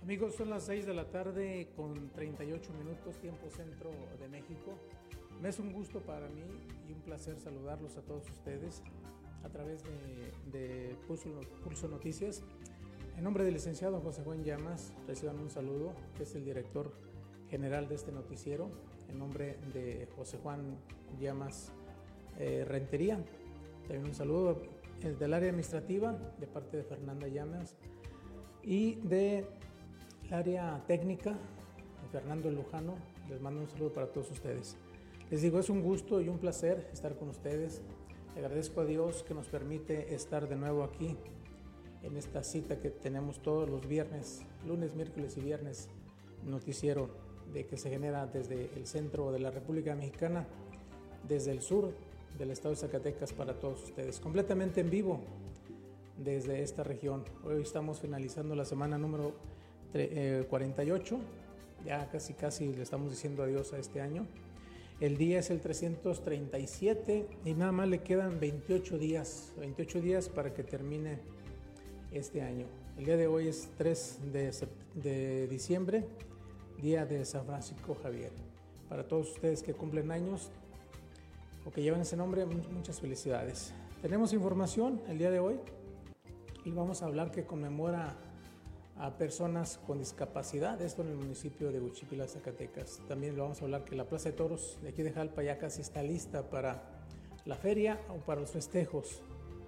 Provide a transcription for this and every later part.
Amigos, son las 6 de la tarde con 38 minutos, tiempo centro de México. Me es un gusto para mí y un placer saludarlos a todos ustedes a través de Pulso Noticias. En nombre del licenciado José Juan Llamas, reciban un saludo, que es el director general de este noticiero. En nombre de José Juan Llamas Rentería, también un saludo del área administrativa de parte de Fernanda Llamas y de el área técnica, Fernando Lujano. Les mando un saludo para todos ustedes. Les digo, es un gusto y un placer estar con ustedes. Le agradezco a Dios que nos permite estar de nuevo aquí en esta cita que tenemos todos los viernes, lunes, miércoles y viernes, noticiero que se genera desde el centro de la República Mexicana, desde el sur del estado de Zacatecas para todos ustedes, completamente en vivo desde esta región. Hoy estamos finalizando la semana número 48, ya casi le estamos diciendo adiós a este año. El día es el 337 y nada más le quedan 28 días para que termine este año. El día de hoy es 3 de diciembre, día de San Francisco Javier. Para todos ustedes que cumplen años o que llevan ese nombre, muchas felicidades. Tenemos información el día de hoy y vamos a hablar que conmemora a personas con discapacidad, esto en el municipio de Huichipila, Zacatecas. También le vamos a hablar que la Plaza de Toros de aquí de Jalpa ya casi está lista para la feria o para los festejos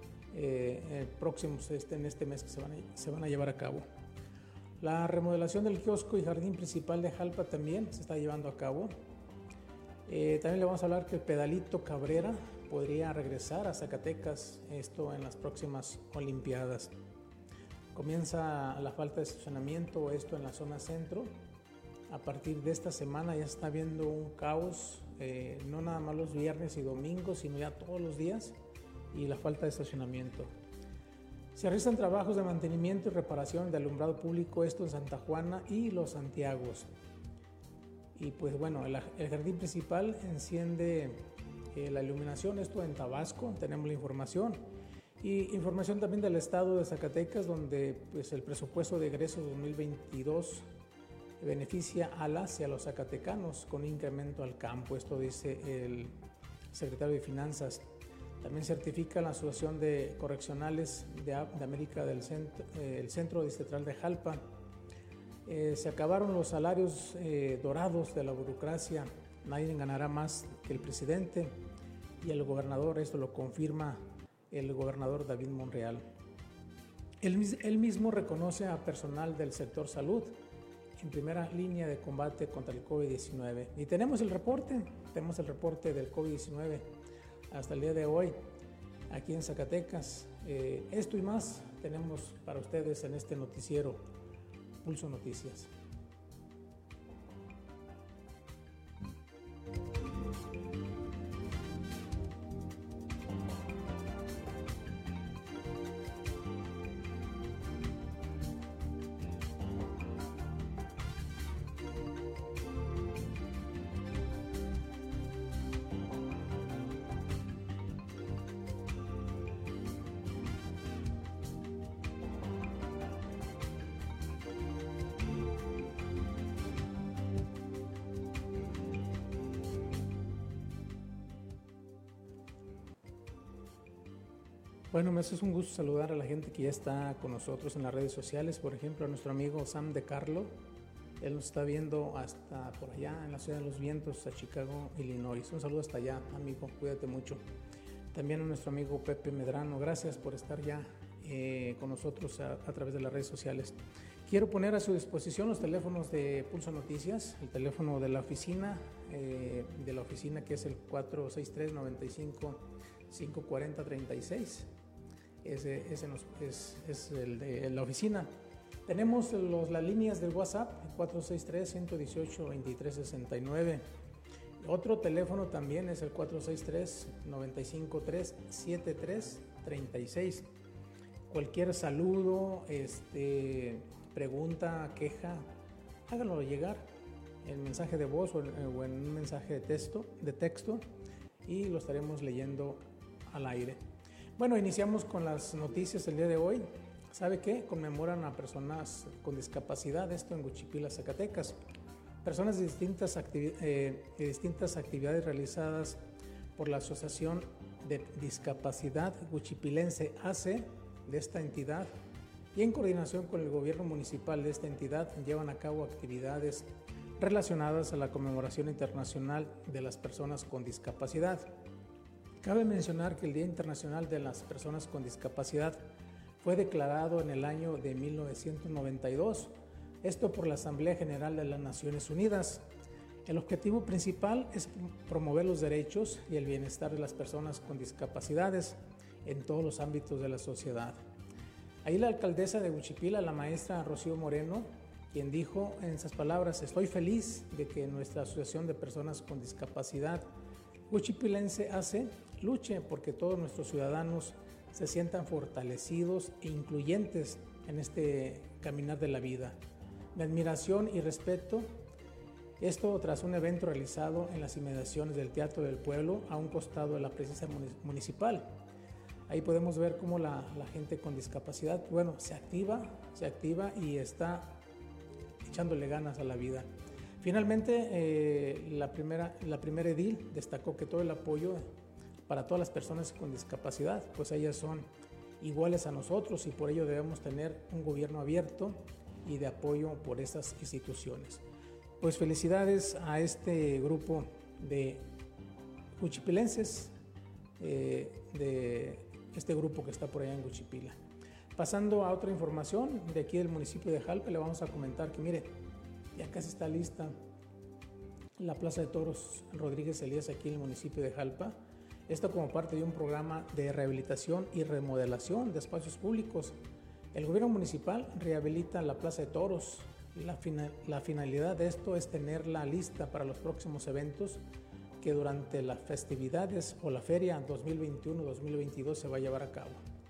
próximos en este mes que se van a llevar a cabo. La remodelación del kiosco y jardín principal de Jalpa también se está llevando a cabo. También le vamos a hablar que el Pedalito Cabrera podría regresar a Zacatecas, esto en las próximas Olimpiadas. Comienza la falta de estacionamiento, esto en la zona centro. A partir de esta semana ya está habiendo un caos, no nada más los viernes y domingos, sino ya todos los días, y la falta de estacionamiento. Se realizan trabajos de mantenimiento y reparación de alumbrado público, esto en Santa Juana y Los Santiagos. Y pues bueno, el jardín principal enciende la iluminación, esto en Tabasco, tenemos la información. Y información también del estado de Zacatecas, donde pues, el presupuesto de egresos 2022 beneficia a las y a los zacatecanos con incremento al campo. Esto dice el secretario de Finanzas. También certifica la Asociación de Correccionales de América del Centro Distrital de Jalpa. Se acabaron los salarios dorados de la burocracia. Nadie ganará más que el presidente y el gobernador. Esto lo confirma el gobernador David Monreal. Él mismo reconoce a personal del sector salud en primera línea de combate contra el COVID-19. Y tenemos el reporte del COVID-19 hasta el día de hoy aquí en Zacatecas. Esto y más tenemos para ustedes en este noticiero Pulso Noticias. Bueno, me hace un gusto saludar a la gente que ya está con nosotros en las redes sociales. Por ejemplo, a nuestro amigo Sam de Carlo. Él nos está viendo hasta por allá en la Ciudad de los Vientos, a Chicago, Illinois. Un saludo hasta allá, amigo. Cuídate mucho. También a nuestro amigo Pepe Medrano. Gracias por estar ya con nosotros a través de las redes sociales. Quiero poner a su disposición los teléfonos de Pulso Noticias, el teléfono de la oficina que es el 463-95-540-36. Ese es el de la oficina. Tenemos las líneas del WhatsApp, 463-118-2369. Otro teléfono también es el 463-953-7336. Cualquier saludo, pregunta, queja, háganlo llegar en mensaje de voz o en un mensaje de texto y lo estaremos leyendo al aire. Bueno, iniciamos con las noticias del día de hoy. ¿Sabe qué? Conmemoran a personas con discapacidad, esto en Huichipila, Zacatecas. Personas de distintas actividades realizadas por la Asociación de Discapacidad Huichipilense AC de esta entidad y en coordinación con el gobierno municipal de esta entidad llevan a cabo actividades relacionadas a la conmemoración internacional de las personas con discapacidad. Cabe mencionar que el Día Internacional de las Personas con Discapacidad fue declarado en el año de 1992, esto por la Asamblea General de las Naciones Unidas. El objetivo principal es promover los derechos y el bienestar de las personas con discapacidades en todos los ámbitos de la sociedad. Ahí la alcaldesa de Huichipila, la maestra Rocío Moreno, quien dijo en esas palabras: estoy feliz de que nuestra Asociación de Personas con Discapacidad Huichipilense AC luche porque todos nuestros ciudadanos se sientan fortalecidos e incluyentes en este caminar de la vida. Mi admiración y respeto, esto tras un evento realizado en las inmediaciones del Teatro del Pueblo a un costado de la presidencia municipal. Ahí podemos ver cómo la gente con discapacidad, bueno, se activa y está echándole ganas a la vida. Finalmente, la primera edil destacó que todo el apoyo para todas las personas con discapacidad, pues ellas son iguales a nosotros y por ello debemos tener un gobierno abierto y de apoyo por estas instituciones. Pues felicidades a este grupo de huichipilenses, de este grupo que está por allá en Huichipila. Pasando a otra información de aquí del municipio de Jalpa, le vamos a comentar que mire, ya casi está lista la Plaza de Toros Rodríguez Elías aquí en el municipio de Jalpa. Esto como parte de un programa de rehabilitación y remodelación de espacios públicos. El gobierno municipal rehabilita la Plaza de Toros. La finalidad de esto es tenerla lista para los próximos eventos que durante las festividades o la feria 2021-2022 se va a llevar a cabo,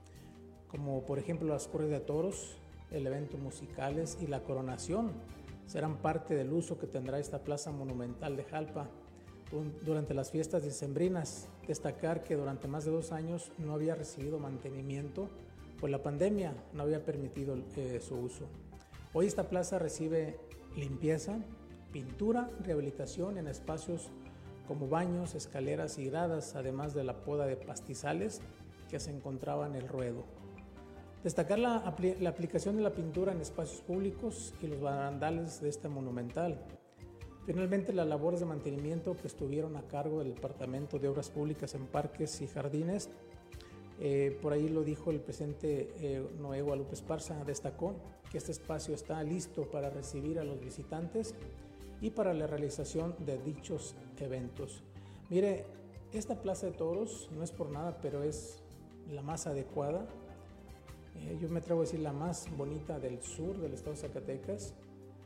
como por ejemplo las corridas de toros, el evento musicales y la coronación serán parte del uso que tendrá esta plaza monumental de Jalpa durante las fiestas decembrinas. Destacar que durante más de 2 años no había recibido mantenimiento, pues la pandemia no había permitido su uso. Hoy esta plaza recibe limpieza, pintura, rehabilitación en espacios como baños, escaleras y gradas, además de la poda de pastizales que se encontraba en el ruedo. Destacar la aplicación de la pintura en espacios públicos y los barandales de este monumental. Finalmente, las labores de mantenimiento que estuvieron a cargo del Departamento de Obras Públicas en Parques y Jardines, por ahí lo dijo el presidente Noé Guadalupe Esparza, destacó que este espacio está listo para recibir a los visitantes y para la realización de dichos eventos. Mire, esta Plaza de Toros no es por nada, pero es la más adecuada. Yo me atrevo a decir la más bonita del sur del estado de Zacatecas,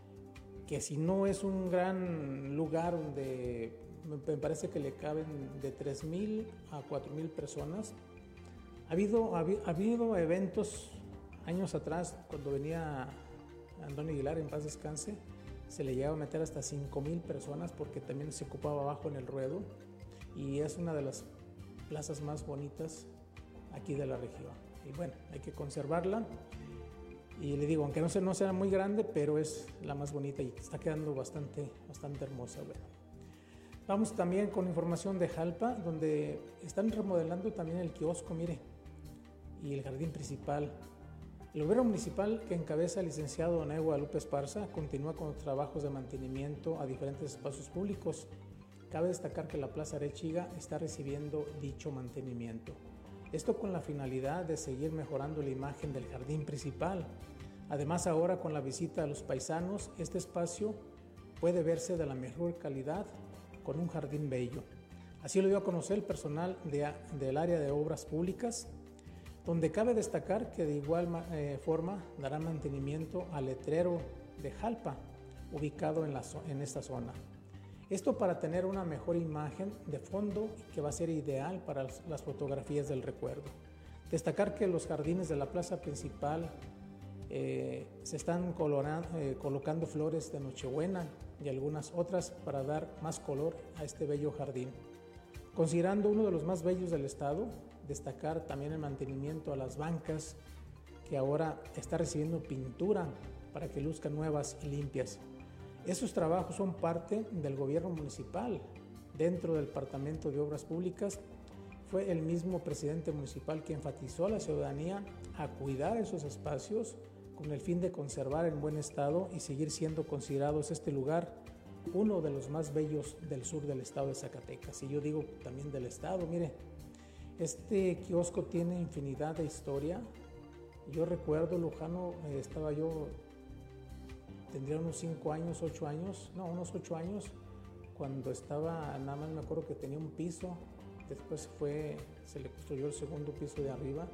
que si no es un gran lugar donde me parece que le caben de 3,000 a 4,000 personas. Ha habido eventos años atrás, cuando venía Antonio Aguilar, en paz descanse, se le llegaba a meter hasta 5,000 personas porque también se ocupaba abajo en el ruedo y es una de las plazas más bonitas aquí de la región. Y bueno, hay que conservarla y le digo, aunque no sea muy grande, pero es la más bonita y está quedando bastante hermosa. Bueno, vamos también con información de Jalpa, donde están remodelando también el kiosco, mire, y el jardín principal. El gobierno municipal que encabeza el licenciado Noé Guadalupe Esparza continúa con los trabajos de mantenimiento a diferentes espacios públicos. Cabe destacar que la Plaza Arechiga está recibiendo dicho mantenimiento. Esto con la finalidad de seguir mejorando la imagen del jardín principal. Además, ahora con la visita a los paisanos, este espacio puede verse de la mejor calidad con un jardín bello. Así lo dio a conocer el personal del área de obras públicas, donde cabe destacar que de igual forma dará mantenimiento al letrero de Jalpa, ubicado en esta zona. Esto para tener una mejor imagen de fondo que va a ser ideal para las fotografías del recuerdo. Destacar que los jardines de la plaza principal se están colocando flores de Nochebuena y algunas otras para dar más color a este bello jardín. Considerando uno de los más bellos del estado, destacar también el mantenimiento a las bancas que ahora está recibiendo pintura para que luzcan nuevas y limpias. Esos trabajos son parte del gobierno municipal. Dentro del Departamento de Obras Públicas fue el mismo presidente municipal que enfatizó a la ciudadanía a cuidar esos espacios con el fin de conservar en buen estado y seguir siendo considerados este lugar uno de los más bellos del sur del estado de Zacatecas. Y yo digo también del estado, mire, este kiosco tiene infinidad de historia. Yo recuerdo, Lujano, tendría unos 5 años, 8 años, no, unos 8 años, cuando estaba, nada más me acuerdo que tenía un piso, después se le construyó el segundo piso de arriba,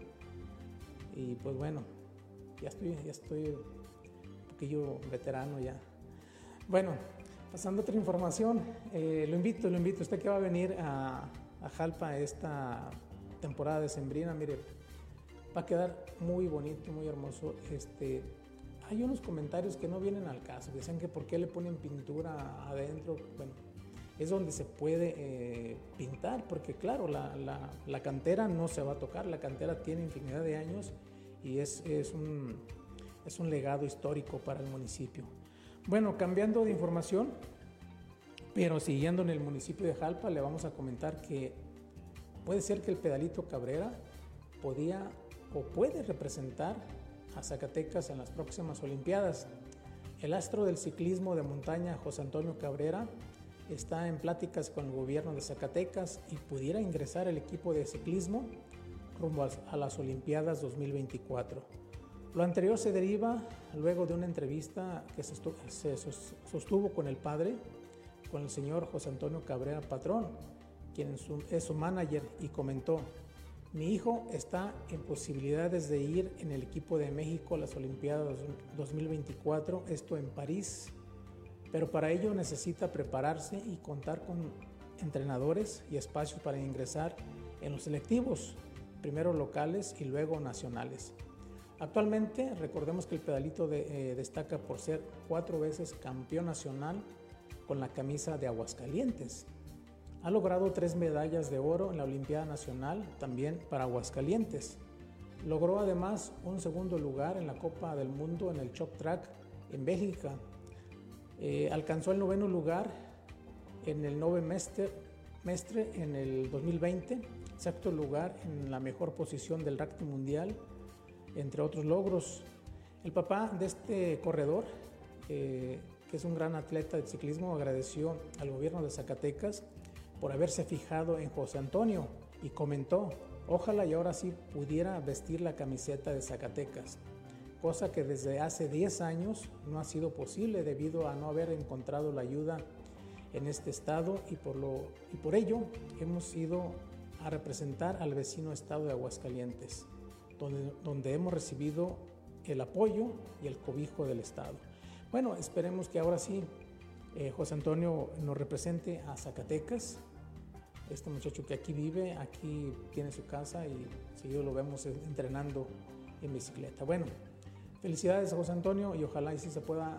y pues bueno, ya estoy un poquillo veterano ya. Bueno, pasando a otra información, lo invito, usted que va a venir a Jalpa esta temporada decembrina, mire, va a quedar muy bonito, muy hermoso. Hay unos comentarios que no vienen al caso, dicen que por qué le ponen pintura adentro. Bueno, es donde se puede pintar, porque claro, la cantera no se va a tocar, la cantera tiene infinidad de años y es un legado histórico para el municipio. Bueno, cambiando de información, pero siguiendo en el municipio de Jalpa, le vamos a comentar que puede ser que el Pedalito Cabrera podía o puede representar a Zacatecas en las próximas Olimpiadas. El astro del ciclismo de montaña, José Antonio Cabrera, está en pláticas con el gobierno de Zacatecas y pudiera ingresar el equipo de ciclismo rumbo a las Olimpiadas 2024. Lo anterior se deriva luego de una entrevista que se sostuvo con el padre, con el señor José Antonio Cabrera Patrón, quien es su manager, y comentó: mi hijo está en posibilidades de ir en el equipo de México a las Olimpiadas 2024, esto en París, pero para ello necesita prepararse y contar con entrenadores y espacios para ingresar en los selectivos, primero locales y luego nacionales. Actualmente, recordemos que el pedalito destaca por ser 4 veces campeón nacional con la camisa de Aguascalientes. Ha logrado 3 medallas de oro en la Olimpiada Nacional, también para Aguascalientes. Logró además un segundo lugar en la Copa del Mundo en el Short Track en Bélgica. Alcanzó el 9º lugar en el Nove Mestre en el 2020, sexto lugar en la mejor posición del ranking mundial, entre otros logros. El papá de este corredor, que es un gran atleta de ciclismo, agradeció al gobierno de Zacatecas por haberse fijado en José Antonio y comentó: ojalá y ahora sí pudiera vestir la camiseta de Zacatecas, cosa que desde hace 10 años no ha sido posible debido a no haber encontrado la ayuda en este estado, y por ello hemos ido a representar al vecino estado de Aguascalientes, donde hemos recibido el apoyo y el cobijo del estado. Bueno, esperemos que ahora sí José Antonio nos represente a Zacatecas. Este muchacho que aquí vive, aquí tiene su casa y seguido lo vemos entrenando en bicicleta. Bueno, felicidades a José Antonio y ojalá y sí se pueda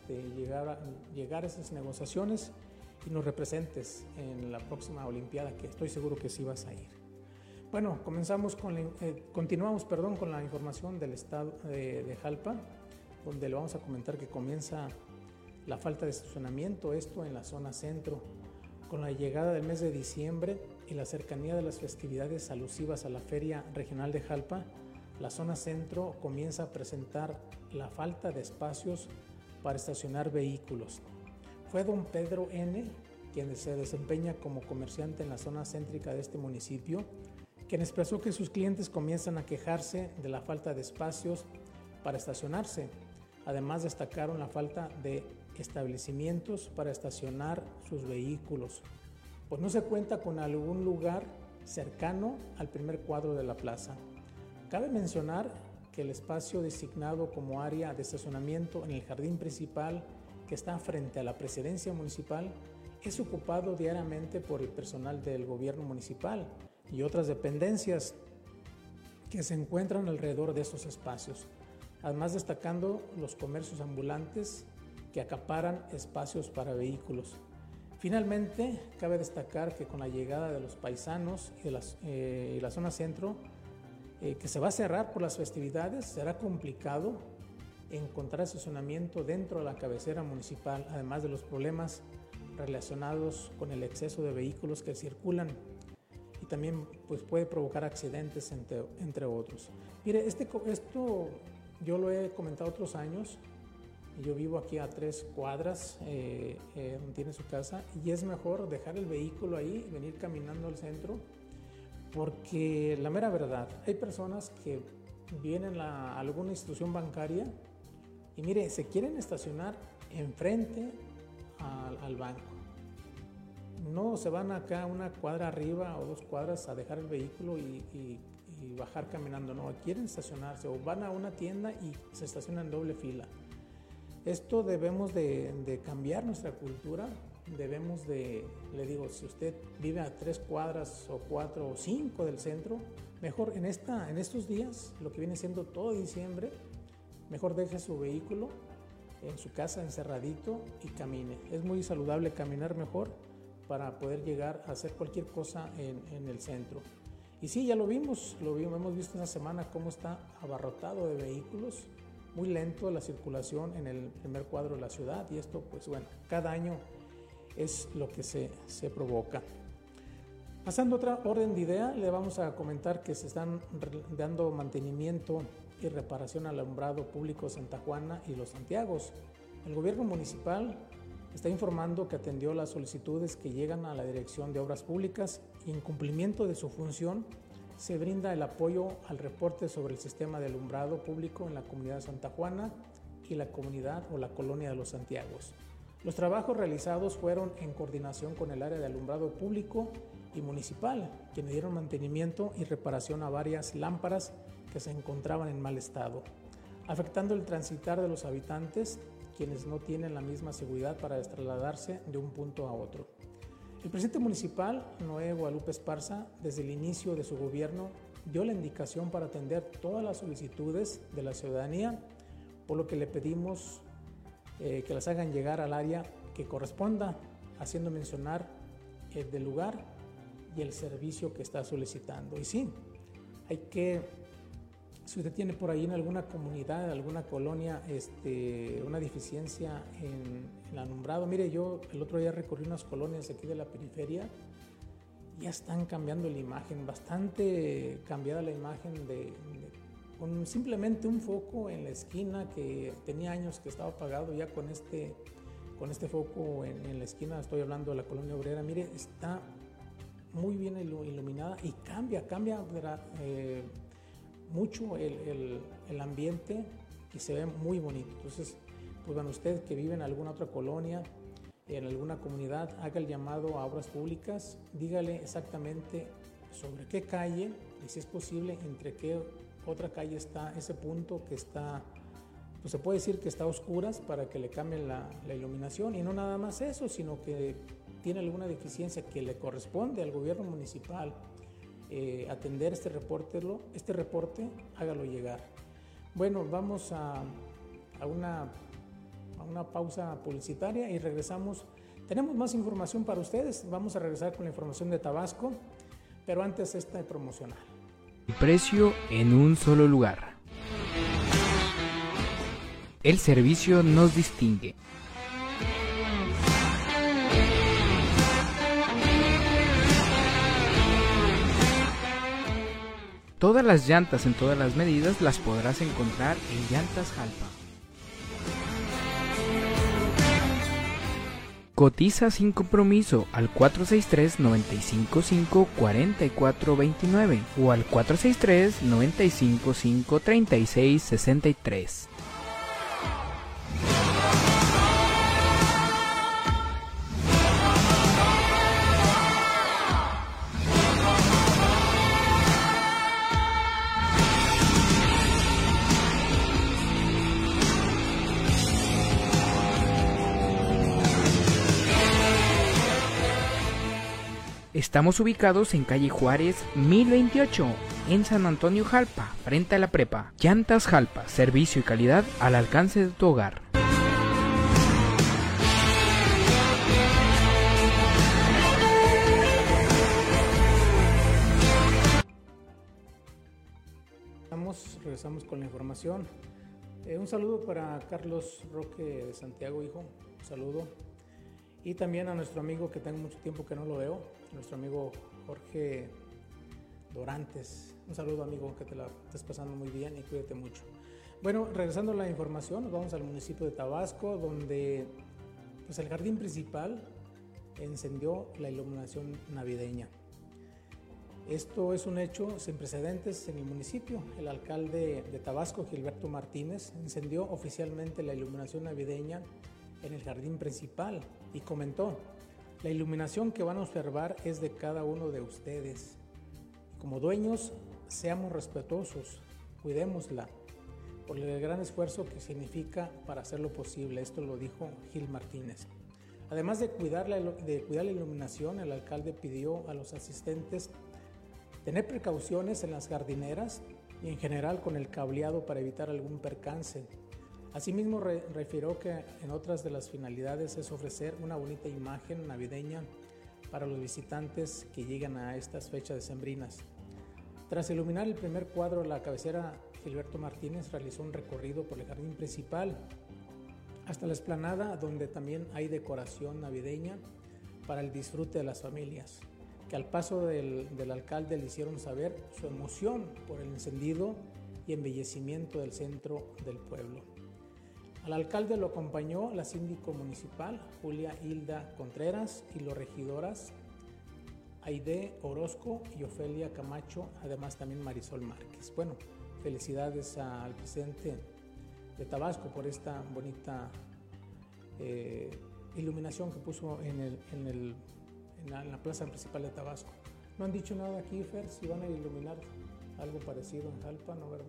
llegar a esas negociaciones y nos representes en la próxima Olimpiada, que estoy seguro que sí vas a ir. Bueno, continuamos con la información del estado de Jalpa, donde le vamos a comentar que comienza la falta de estacionamiento, esto en la zona centro. Con la llegada del mes de diciembre y la cercanía de las festividades alusivas a la Feria Regional de Jalpa, la zona centro comienza a presentar la falta de espacios para estacionar vehículos. Fue don Pedro N., quien se desempeña como comerciante en la zona céntrica de este municipio, quien expresó que sus clientes comienzan a quejarse de la falta de espacios para estacionarse. Además, destacaron la falta de establecimientos para estacionar sus vehículos, pues no se cuenta con algún lugar cercano al primer cuadro de la plaza. Cabe mencionar que el espacio designado como área de estacionamiento en el jardín principal, que está frente a la presidencia municipal, es ocupado diariamente por el personal del gobierno municipal y otras dependencias que se encuentran alrededor de estos espacios, además destacando los comercios ambulantes que acaparan espacios para vehículos. Finalmente, cabe destacar que con la llegada de los paisanos y la zona centro, que se va a cerrar por las festividades. Será complicado encontrar estacionamiento dentro de la cabecera municipal, además de los problemas relacionados con el exceso de vehículos que circulan, y también pues puede provocar accidentes entre otros. Mire, esto yo lo he comentado otros años. Yo vivo aquí a 3 cuadras donde tiene su casa, y es mejor dejar el vehículo ahí y venir caminando al centro, porque la mera verdad, hay personas que vienen a alguna institución bancaria y mire, se quieren estacionar enfrente al banco. No se van acá una cuadra arriba o 2 cuadras a dejar el vehículo y bajar caminando, no, quieren estacionarse, o van a una tienda y se estacionan en doble fila. Esto debemos de cambiar nuestra cultura. Debemos le digo, si usted vive a 3 cuadras o 4 o 5 del centro, mejor en estos días, lo que viene siendo todo diciembre, mejor deje su vehículo en su casa encerradito y camine. Es muy saludable caminar mejor para poder llegar a hacer cualquier cosa en el centro. Y sí, ya lo vimos, hemos visto esta semana cómo está abarrotado de vehículos, muy lento la circulación en el primer cuadro de la ciudad, y esto pues bueno, cada año es lo que se provoca. Pasando a otra orden de idea, le vamos a comentar que se están dando mantenimiento y reparación al alumbrado público Santa Juana y Los Santiagos. El gobierno municipal está informando que atendió las solicitudes que llegan a la Dirección de Obras Públicas, y en cumplimiento de su función se brinda el apoyo al reporte sobre el sistema de alumbrado público en la comunidad de Santa Juana y la comunidad o la colonia de Los Santiagos. Los trabajos realizados fueron en coordinación con el área de alumbrado público y municipal, quienes dieron mantenimiento y reparación a varias lámparas que se encontraban en mal estado, afectando el transitar de los habitantes, quienes no tienen la misma seguridad para trasladarse de un punto a otro. El presidente municipal, Noé Guadalupe Esparza, desde el inicio de su gobierno, dio la indicación para atender todas las solicitudes de la ciudadanía, por lo que le pedimos que las hagan llegar al área que corresponda, haciendo mencionar del lugar y el servicio que está solicitando. Y sí, hay que, si usted tiene por ahí en alguna comunidad, en alguna colonia, una deficiencia en el alumbrado. Mire, yo el otro día recorrí unas colonias aquí de la periferia, ya están cambiando la imagen, bastante cambiada la imagen con simplemente un foco en la esquina que tenía años que estaba apagado. Ya con este foco en la esquina, estoy hablando de la colonia obrera, mire, está muy bien iluminada y cambia mucho el ambiente y se ve muy bonito. Entonces, pues bueno, usted que vive en alguna otra colonia, en alguna comunidad, haga el llamado a obras públicas, dígale exactamente sobre qué calle y si es posible entre qué otra calle está ese punto que está, pues se puede decir que está a oscuras, para que le cambien la iluminación. Y no nada más eso, sino que tiene alguna deficiencia que le corresponde al gobierno municipal atender este reporte, hágalo llegar. Bueno, vamos a una pausa publicitaria y regresamos. Tenemos más información para ustedes. Vamos a regresar con la información de Tabasco, pero antes esta promocional. El precio en un solo lugar. El servicio nos distingue. Todas las llantas en todas las medidas las podrás encontrar en Llantas Jalpa. Cotiza sin compromiso al 463-955-4429 o al 463-955-3663. Estamos ubicados en calle Juárez 1028, en San Antonio Jalpa, frente a la prepa. Llantas Jalpa, servicio y calidad al alcance de tu hogar. regresamos con la información. Un saludo para Carlos Roque de Santiago, hijo, un saludo. Y también a nuestro amigo que tengo mucho tiempo que no lo veo, nuestro amigo Jorge Dorantes. Un saludo, amigo, que te la estés pasando muy bien y cuídate mucho. Bueno, regresando a la información, nos vamos al municipio de Tabasco, donde pues, el jardín principal encendió la iluminación navideña. Esto es un hecho sin precedentes en el municipio. El alcalde de Tabasco, Gilberto Martínez, encendió oficialmente la iluminación navideña en el jardín principal y comentó: la iluminación que van a observar es de cada uno de ustedes. Como dueños, seamos respetuosos, cuidémosla por el gran esfuerzo que significa para hacerlo posible. Esto lo dijo Gil Martínez. Además de cuidar la iluminación, el alcalde pidió a los asistentes tener precauciones en las jardineras y en general con el cableado para evitar algún percance. Asimismo, refirió que en otras de las finalidades es ofrecer una bonita imagen navideña para los visitantes que llegan a estas fechas decembrinas. Tras iluminar el primer cuadro de la cabecera, Gilberto Martínez realizó un recorrido por el jardín principal hasta la explanada, donde también hay decoración navideña para el disfrute de las familias, que al paso del alcalde le hicieron saber su emoción por el encendido y embellecimiento del centro del pueblo. Al alcalde lo acompañó la síndico municipal, Julia Hilda Contreras, y los regidoras Aide Orozco y Ofelia Camacho, además también Marisol Márquez. Bueno, felicidades al presidente de Tabasco por esta bonita iluminación que puso en la plaza principal de Tabasco. No han dicho nada aquí, Fer, si van a iluminar algo parecido en Jalpa, ¿no, verdad?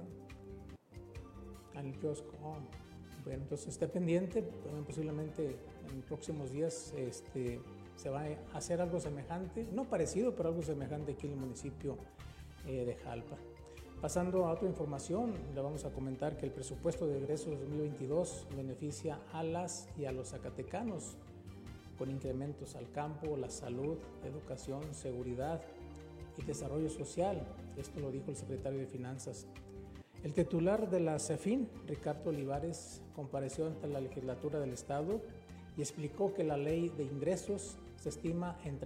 Al kiosco. Oh. Bueno, entonces esté pendiente, posiblemente en próximos días se va a hacer algo semejante, no parecido, pero algo semejante aquí en el municipio de Jalpa. Pasando a otra información, le vamos a comentar que el presupuesto de egresos 2022 beneficia a las y a los zacatecanos con incrementos al campo, la salud, educación, seguridad y desarrollo social. Esto lo dijo el secretario de Finanzas. El titular de la CEFIN, Ricardo Olivares, compareció ante la legislatura del Estado y explicó que la ley de ingresos se estima en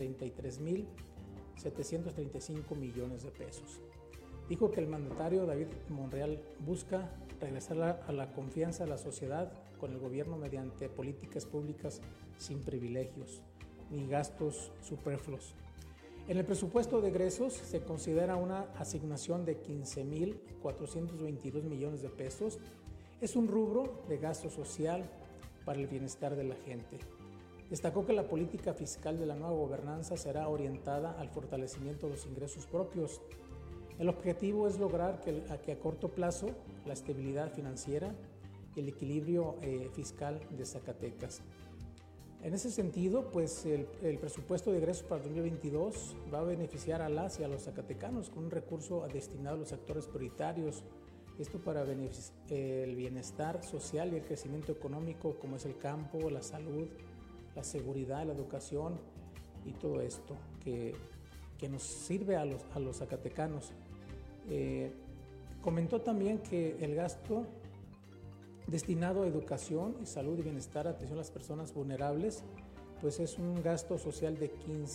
33.735 millones de pesos. Dijo que el mandatario David Monreal busca regresar a la confianza de la sociedad con el gobierno mediante políticas públicas sin privilegios ni gastos superfluos. En el presupuesto de egresos se considera una asignación de 15.422 millones de pesos. Es un rubro de gasto social para el bienestar de la gente. Destacó que la política fiscal de la nueva gobernanza será orientada al fortalecimiento de los ingresos propios. El objetivo es lograr que a corto plazo la estabilidad financiera y el equilibrio fiscal de Zacatecas. En ese sentido, pues el presupuesto de egresos para 2022 va a beneficiar a las y a los zacatecanos con un recurso destinado a los sectores prioritarios. Esto para el bienestar social y el crecimiento económico, como es el campo, la salud, la seguridad, la educación y todo esto que nos sirve a los zacatecanos. Comentó también que el gasto destinado a educación y salud y bienestar, atención a las personas vulnerables, pues es un gasto social de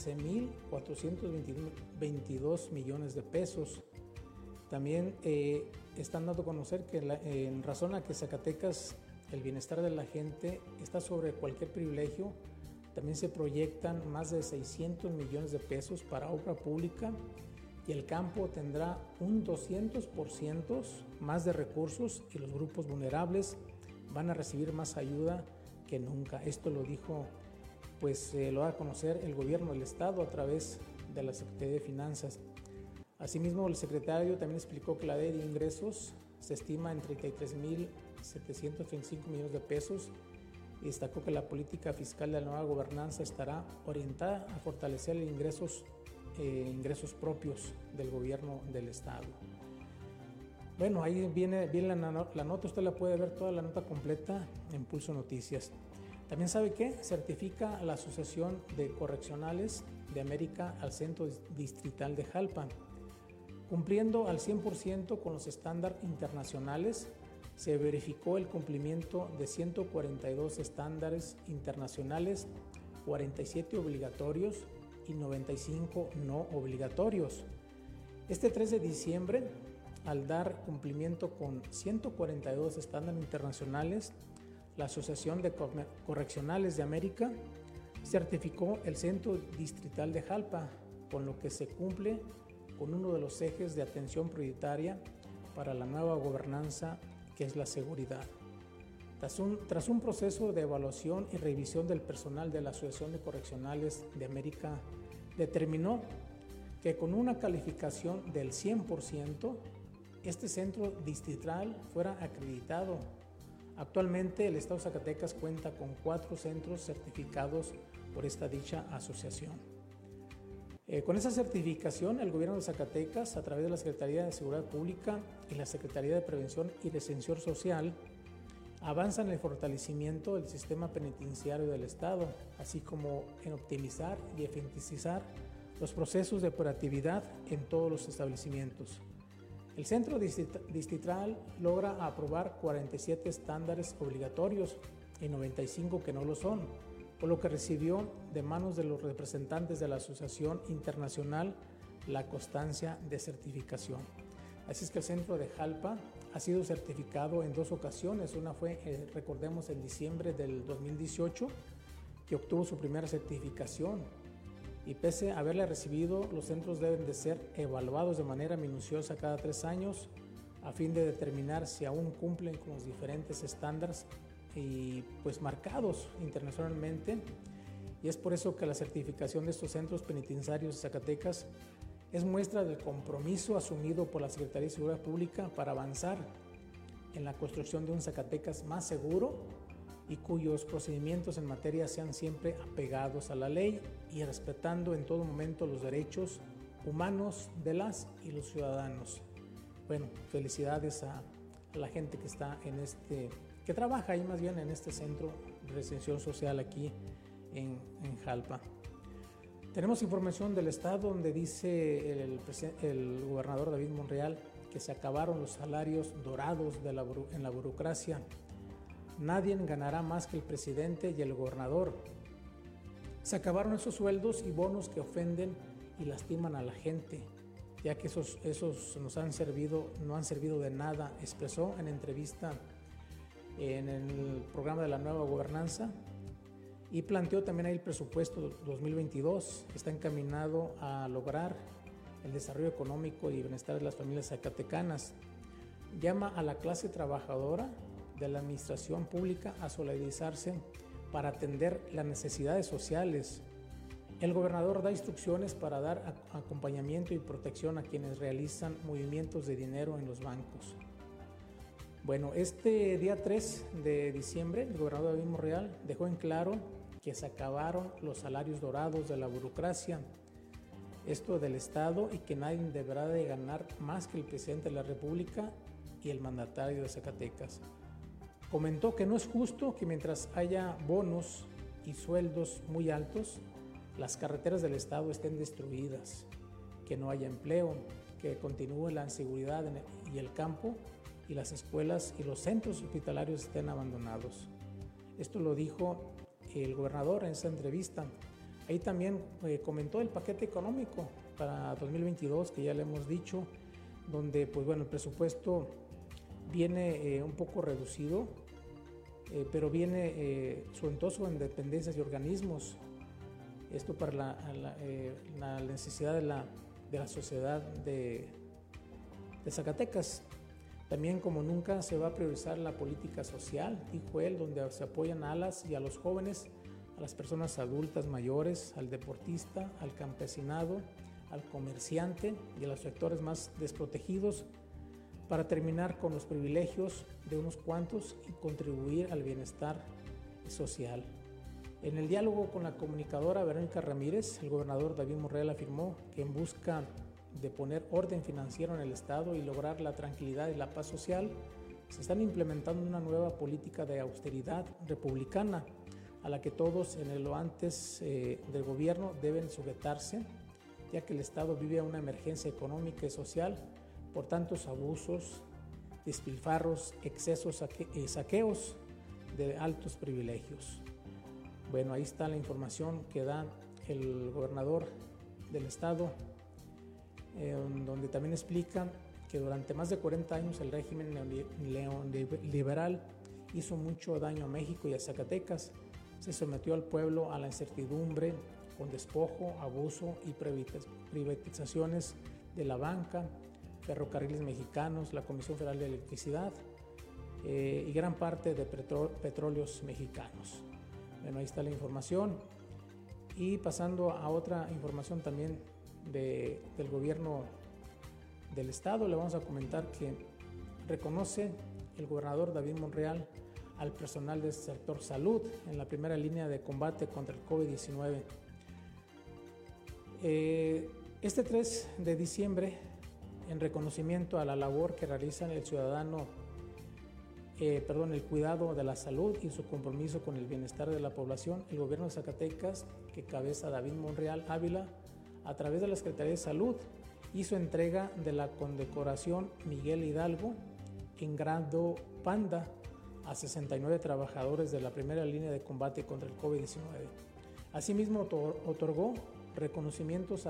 15.422 millones de pesos. También están dando a conocer que en razón a que Zacatecas, el bienestar de la gente está sobre cualquier privilegio, también se proyectan más de 600 millones de pesos para obra pública y el campo tendrá un 200% más de recursos y los grupos vulnerables van a recibir más ayuda que nunca. Esto lo dijo, lo da a conocer el gobierno del estado a través de la Secretaría de Finanzas. Asimismo, el secretario también explicó que la ley de ingresos se estima en 33.735 millones de pesos y destacó que la política fiscal de la nueva gobernanza estará orientada a fortalecer ingresos propios del gobierno del estado. Bueno, ahí viene la nota, usted la puede ver toda la nota completa en Pulso Noticias. También sabe que certifica a la Asociación de Correccionales de América al Centro Distrital de Jalpa. Cumpliendo al 100% con los estándares internacionales, se verificó el cumplimiento de 142 estándares internacionales, 47 obligatorios y 95 no obligatorios. Este 3 de diciembre, al dar cumplimiento con 142 estándares internacionales, la Asociación de Correccionales de América certificó el Centro Distrital de Jalpa, con lo que se cumple con uno de los ejes de atención prioritaria para la nueva gobernanza, que es la seguridad. Tras un proceso de evaluación y revisión del personal de la Asociación de Correccionales de América, determinó que con una calificación del 100%, este centro distrital fuera acreditado. Actualmente el Estado de Zacatecas cuenta con 4 centros certificados por esta dicha asociación. Con esa certificación, el gobierno de Zacatecas, a través de la Secretaría de Seguridad Pública y la Secretaría de Prevención y de Extensión Social, avanza en el fortalecimiento del sistema penitenciario del Estado, así como en optimizar y eficientizar los procesos de operatividad en todos los establecimientos. El centro distrital logra aprobar 47 estándares obligatorios y 95 que no lo son, por lo que recibió de manos de los representantes de la Asociación Internacional la constancia de certificación. Así es que el centro de Jalpa ha sido certificado en 2 ocasiones. Una fue, recordemos, en diciembre del 2018, que obtuvo su primera certificación. Y pese a haberla recibido, los centros deben de ser evaluados de manera minuciosa cada 3 años a fin de determinar si aún cumplen con los diferentes estándares y pues marcados internacionalmente, y es por eso que la certificación de estos centros penitenciarios de Zacatecas es muestra del compromiso asumido por la Secretaría de Seguridad Pública para avanzar en la construcción de un Zacatecas más seguro y cuyos procedimientos en materia sean siempre apegados a la ley y respetando en todo momento los derechos humanos de las y los ciudadanos. Bueno, felicidades a la gente que está que trabaja ahí más bien en este centro de extensión social aquí en Jalpa. Tenemos información del Estado donde dice el gobernador David Monreal que se acabaron los salarios dorados en la burocracia. Nadie ganará más que el presidente y el gobernador. Se acabaron esos sueldos y bonos que ofenden y lastiman a la gente, ya que esos no han servido de nada, expresó en entrevista en el programa de la nueva gobernanza, y planteó también ahí el presupuesto 2022 está encaminado a lograr el desarrollo económico y bienestar de las familias zacatecanas. Llama a la clase trabajadora de la administración pública a solidarizarse para atender las necesidades sociales. El gobernador da instrucciones para dar acompañamiento y protección a quienes realizan movimientos de dinero en los bancos. Bueno, este día 3 de diciembre, el gobernador David Monreal dejó en claro que se acabaron los salarios dorados de la burocracia, esto del Estado, y que nadie deberá de ganar más que el presidente de la República y el mandatario de Zacatecas. Comentó que no es justo que mientras haya bonos y sueldos muy altos, las carreteras del Estado estén destruidas, que no haya empleo, que continúe la inseguridad y el campo, y las escuelas y los centros hospitalarios estén abandonados. Esto lo dijo el gobernador en esa entrevista. Ahí también comentó el paquete económico para 2022, que ya le hemos dicho, donde pues bueno, el presupuesto viene un poco reducido, pero viene suntuoso en dependencias y organismos. Esto para la necesidad de la sociedad de Zacatecas. También, como nunca, se va a priorizar la política social, dijo él, donde se apoyan a las y a los jóvenes, a las personas adultas mayores, al deportista, al campesinado, al comerciante y a los sectores más desprotegidos, para terminar con los privilegios de unos cuantos y contribuir al bienestar social. En el diálogo con la comunicadora Verónica Ramírez, el gobernador David Monreal afirmó que en busca de poner orden financiero en el Estado y lograr la tranquilidad y la paz social, se están implementando una nueva política de austeridad republicana a la que todos en lo antes del gobierno deben sujetarse, ya que el Estado vive una emergencia económica y social por tantos abusos, despilfarros, excesos y saqueos de altos privilegios. Bueno, ahí está la información que da el gobernador del estado, donde también explica que durante más de 40 años el régimen neoliberal hizo mucho daño a México y a Zacatecas. Se sometió al pueblo a la incertidumbre con despojo, abuso y privatizaciones de la banca, Ferrocarriles Mexicanos, la Comisión Federal de Electricidad y gran parte de petróleos mexicanos. Bueno, ahí está la información. Y pasando a otra información también del gobierno del estado, le vamos a comentar que reconoce el gobernador David Monreal al personal del sector salud en la primera línea de combate contra el COVID-19. Este 3 de diciembre, en reconocimiento a la labor que realizan el cuidado de la salud y su compromiso con el bienestar de la población, el gobierno de Zacatecas, que cabeza David Monreal Ávila, a través de la Secretaría de Salud, hizo entrega de la condecoración Miguel Hidalgo en grado Panda a 69 trabajadores de la primera línea de combate contra el COVID-19. Asimismo, otorgó reconocimientos a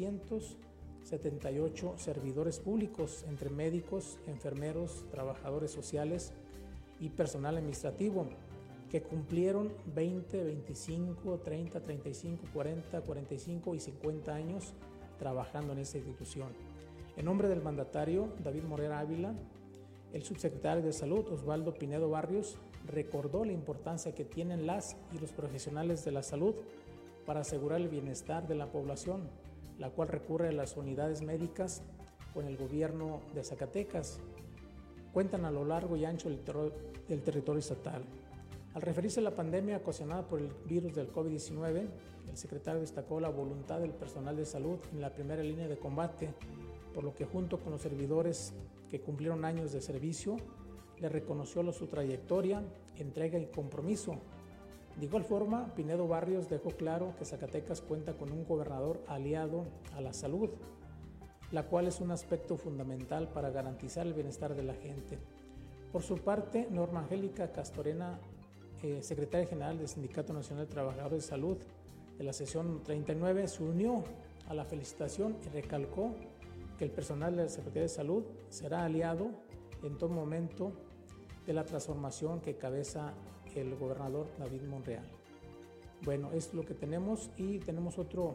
378 servidores públicos, entre médicos, enfermeros, trabajadores sociales y personal administrativo, que cumplieron 20, 25, 30, 35, 40, 45 y 50 años trabajando en esta institución. En nombre del mandatario David Monreal Ávila, el subsecretario de Salud, Osvaldo Pinedo Barrios, recordó la importancia que tienen las y los profesionales de la salud para asegurar el bienestar de la población, la cual recurre a las unidades médicas con el gobierno de Zacatecas. Cuentan a lo largo y ancho del territorio estatal. Al referirse a la pandemia ocasionada por el virus del COVID-19, el secretario destacó la voluntad del personal de salud en la primera línea de combate, por lo que junto con los servidores que cumplieron años de servicio, le reconoció su trayectoria, entrega y compromiso. De igual forma, Pinedo Barrios dejó claro que Zacatecas cuenta con un gobernador aliado a la salud, la cual es un aspecto fundamental para garantizar el bienestar de la gente. Por su parte, Norma Angélica Castorena, secretaria general del Sindicato Nacional de Trabajadores de Salud de la sesión 39, se unió a la felicitación y recalcó que el personal de la Secretaría de Salud será aliado en todo momento de la transformación que cabeza el gobernador David Monreal. Bueno, esto es lo que tenemos y tenemos otro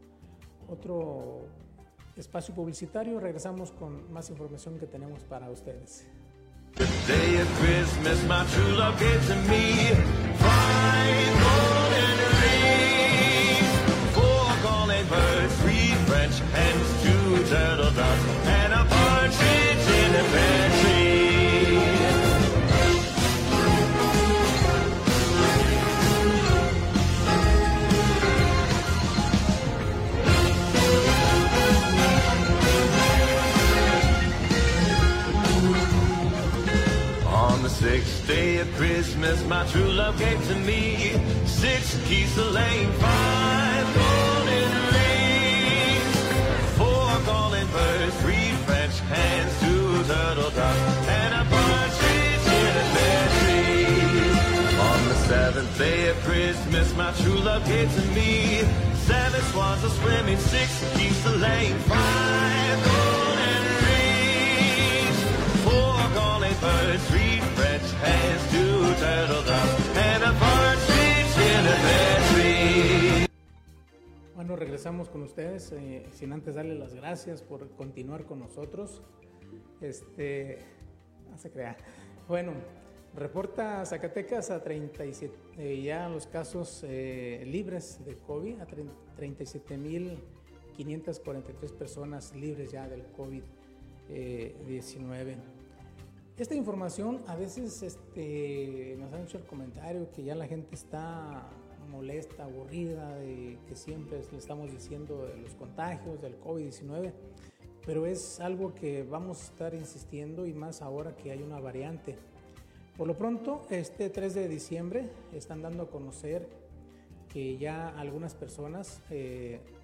espacio publicitario. Regresamos con más información que tenemos para ustedes. The day of Christmas, my true love gave to me 5 golden rings, 4 calling birds, 3 French hens, 2 turtle doves, and a partridge in a pear tree. On the 6th day of Christmas, my true love gave to me 6 keys to lane, 5 golden rings, 4 calling birds, 3 French hens, 2 turtle doves, and a partridge in a pear tree. On the 7th day of Christmas, my true love gave to me 7 swans are swimming, 6 keys to lane, 5 golden rings, 4 calling birds, 3 French hens, 2 turtle doves, and a partridge in a pear tree. Bueno, regresamos con ustedes, sin antes darles las gracias por continuar con nosotros. No se crea. Bueno, reporta Zacatecas a 37, ya los casos libres de COVID, a 37,543 personas libres ya del COVID-19. Esta información a veces nos han hecho el comentario que ya la gente está molesta, aburrida de que siempre le estamos diciendo de los contagios del COVID-19, pero es algo que vamos a estar insistiendo y más ahora que hay una variante. Por lo pronto, este 3 de diciembre están dando a conocer que ya algunas personas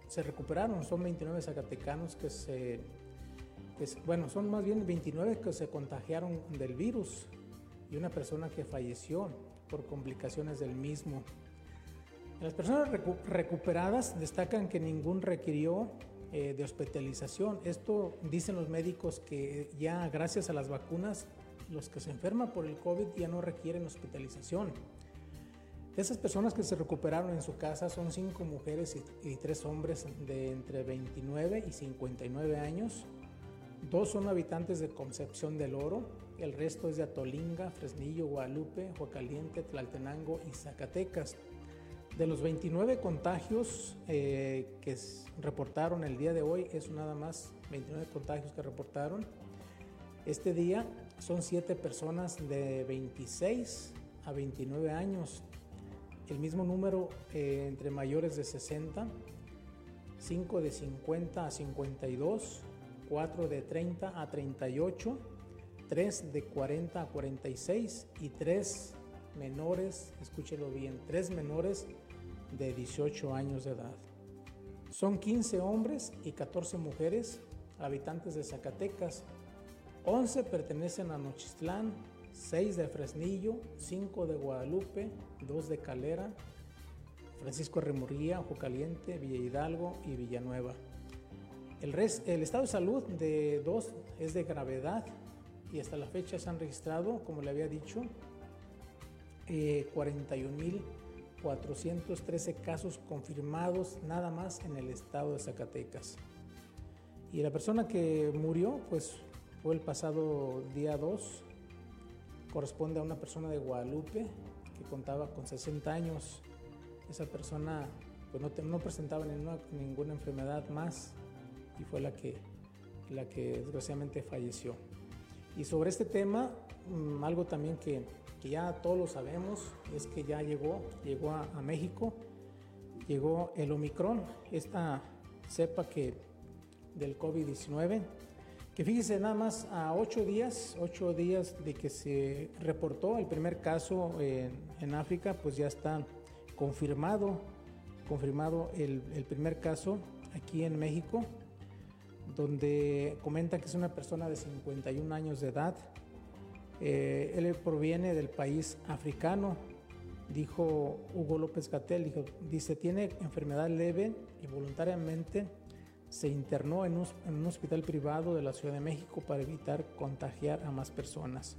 se recuperaron. Son 29 zacatecanos bueno, son más bien 29 que se contagiaron del virus y una persona que falleció por complicaciones del mismo. Las personas recuperadas destacan que ningún requirió de hospitalización. Esto dicen los médicos, que ya gracias a las vacunas los que se enferman por el COVID ya no requieren hospitalización. Esas personas que se recuperaron en su casa son 5 mujeres y 3 hombres de entre 29 y 59 años. 2 son habitantes de Concepción del Oro, el resto es de Atolinga, Fresnillo, Guadalupe, Aguascalientes, Tlaltenango y Zacatecas. De los 29 contagios que reportaron el día de hoy, es nada más 29 contagios que reportaron. Este día son 7 personas de 26 a 29 años. El mismo número entre mayores de 60, 5 de 50 a 52, 4 de 30 a 38, 3 de 40 a 46 y 3 menores, escúchelo bien, 3 menores de 18 años de edad. Son 15 hombres y 14 mujeres, habitantes de Zacatecas. 11 pertenecen a Nochistlán, 6 de Fresnillo, 5 de Guadalupe, 2 de Calera, Francisco Remurría, Aguascalientes, Villa Hidalgo y Villanueva. El estado de salud de 2 es de gravedad y hasta la fecha se han registrado, como le había dicho, 41.413 casos confirmados nada más en el estado de Zacatecas. Y la persona que murió, pues fue el pasado día 2, corresponde a una persona de Guadalupe que contaba con 60 años. Esa persona pues no presentaba ninguna enfermedad más y fue la que desgraciadamente falleció. Y sobre este tema, algo también que ya todos lo sabemos, es que ya llegó a México, llegó el Omicron, esta cepa del COVID-19, que fíjese nada más a 8 días de que se reportó el primer caso en África, pues ya está confirmado el primer caso aquí en México, donde comenta que es una persona de 51 años de edad. Él proviene del país africano, dijo Hugo López-Gatell, dice, tiene enfermedad leve y voluntariamente se internó en un hospital privado de la Ciudad de México para evitar contagiar a más personas.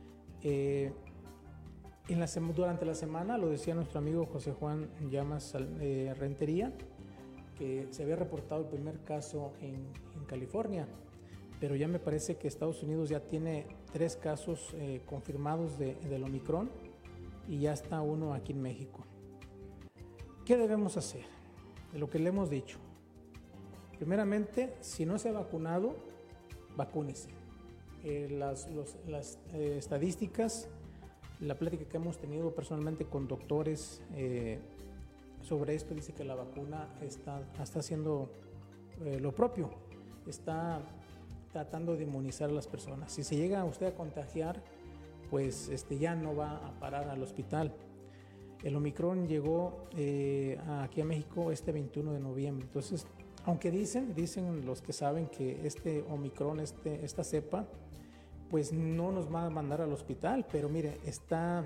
Durante la semana, lo decía nuestro amigo José Juan Llamas Rentería, que se había reportado el primer caso en California, pero ya me parece que Estados Unidos ya tiene 3 casos confirmados del Omicron y ya está uno aquí en México. ¿Qué debemos hacer? De lo que le hemos dicho. Primeramente, si no se ha vacunado, vacúnese. Las estadísticas, la plática que hemos tenido personalmente con doctores sobre esto, dice que la vacuna está haciendo lo propio, está tratando de inmunizar a las personas. Si se llega usted a contagiar, pues ya no va a parar al hospital. El Omicron llegó aquí a México este 21 de noviembre. Entonces, aunque dicen los que saben que este Omicron, esta cepa, pues no nos va a mandar al hospital, pero mire, está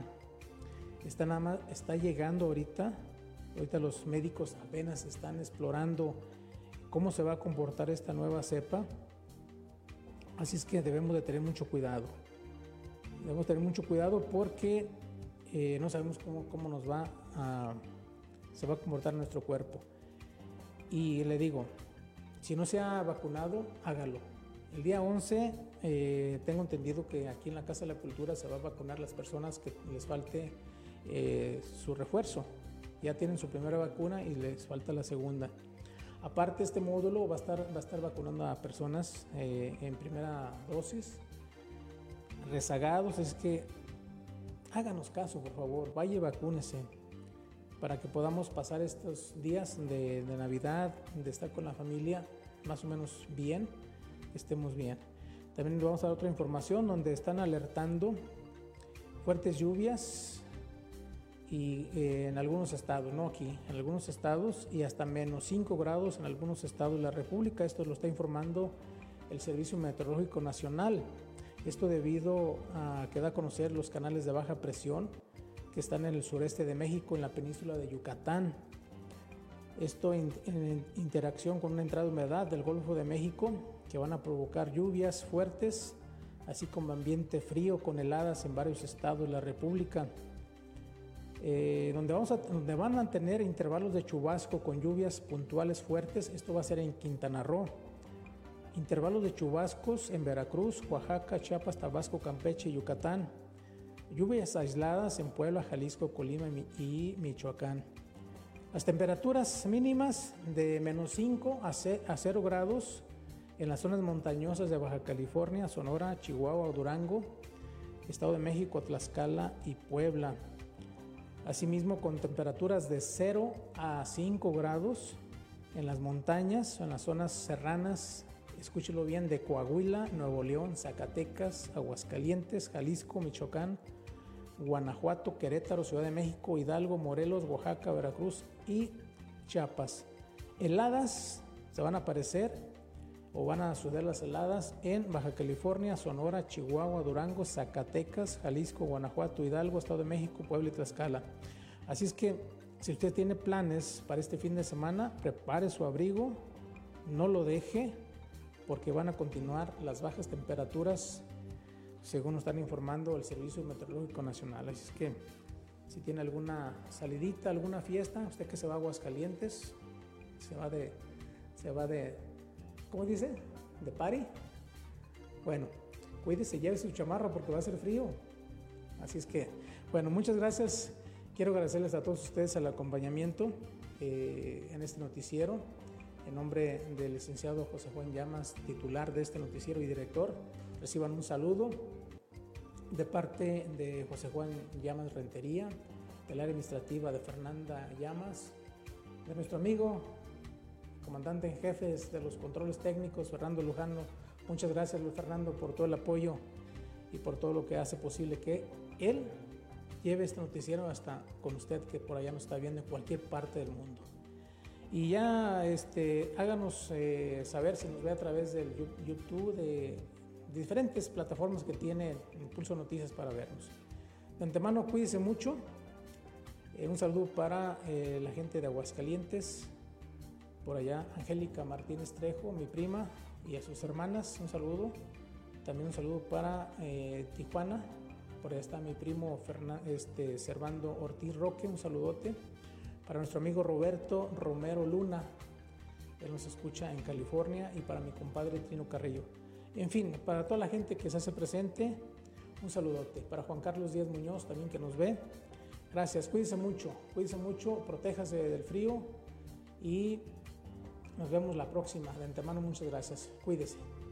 llegando ahorita los médicos apenas están explorando cómo se va a comportar esta nueva cepa. Así es que debemos de tener mucho cuidado. Debemos tener mucho cuidado porque no sabemos cómo se va a comportar nuestro cuerpo. Y le digo, si no se ha vacunado, hágalo. El día 11 tengo entendido que aquí en la Casa de la Cultura se va a vacunar las personas que les falte su refuerzo. Ya tienen su primera vacuna y les falta la segunda. Aparte, este módulo va a estar vacunando a personas en primera dosis, rezagados. Es que háganos caso, por favor, vaya y vacúnese para que podamos pasar estos días de Navidad, de estar con la familia más o menos bien, estemos bien. También le vamos a dar otra información donde están alertando fuertes lluvias y en algunos estados, no aquí, en algunos estados, y hasta menos 5 grados en algunos estados de la República. Esto lo está informando el Servicio Meteorológico Nacional. Esto debido a que da a conocer los canales de baja presión que están en el sureste de México, en la península de Yucatán. Esto en interacción con una entrada de humedad del Golfo de México que van a provocar lluvias fuertes, así como ambiente frío con heladas en varios estados de la República. Donde van a tener intervalos de chubasco con lluvias puntuales fuertes. Esto va a ser en Quintana Roo. Intervalos de chubascos en Veracruz, Oaxaca, Chiapas, Tabasco, Campeche y Yucatán. Lluvias aisladas en Puebla, Jalisco, Colima y Michoacán. Las temperaturas mínimas de menos 5 a 0 grados en las zonas montañosas de Baja California, Sonora, Chihuahua, Durango, Estado de México, Tlaxcala y Puebla. Asimismo, con temperaturas de 0 a 5 grados en las montañas, en las zonas serranas, escúchelo bien, de Coahuila, Nuevo León, Zacatecas, Aguascalientes, Jalisco, Michoacán, Guanajuato, Querétaro, Ciudad de México, Hidalgo, Morelos, Oaxaca, Veracruz y Chiapas. Heladas se van a aparecer o van a suceder las heladas en Baja California, Sonora, Chihuahua, Durango, Zacatecas, Jalisco, Guanajuato, Hidalgo, Estado de México, Puebla y Tlaxcala. Así es que si usted tiene planes para este fin de semana, prepare su abrigo, no lo deje, porque van a continuar las bajas temperaturas, según nos están informando el Servicio Meteorológico Nacional. Así es que si tiene alguna salidita, alguna fiesta, usted que se va a Aguascalientes, se va de ¿cómo dice? ¿De party? Bueno, cuídese, lleve su chamarra porque va a ser frío. Así es que, bueno, muchas gracias. Quiero agradecerles a todos ustedes el acompañamiento en este noticiero. En nombre del licenciado José Juan Llamas, titular de este noticiero y director, reciban un saludo de parte de José Juan Llamas Rentería, del área administrativa de Fernanda Llamas, de nuestro amigo, comandante en jefe de los controles técnicos, Fernando Lujano. Muchas gracias, Luis Fernando, por todo el apoyo y por todo lo que hace posible que él lleve este noticiero hasta con usted, que por allá nos está viendo en cualquier parte del mundo. Y ya háganos saber si nos ve a través del YouTube, de diferentes plataformas que tiene Impulso Noticias para vernos. De antemano, cuídese mucho. Un saludo para la gente de Aguascalientes, por allá Angélica Martínez Trejo, mi prima, y a sus hermanas, un saludo. También un saludo para Tijuana, por allá está mi primo Servando Ortiz Roque, un saludote. Para nuestro amigo Roberto Romero Luna, él nos escucha en California, y para mi compadre Trino Carrillo. En fin, para toda la gente que se hace presente, un saludote. Para Juan Carlos Díaz Muñoz también, que nos ve. Gracias, cuídense mucho, protéjase del frío y nos vemos la próxima. De antemano, muchas gracias. Cuídese.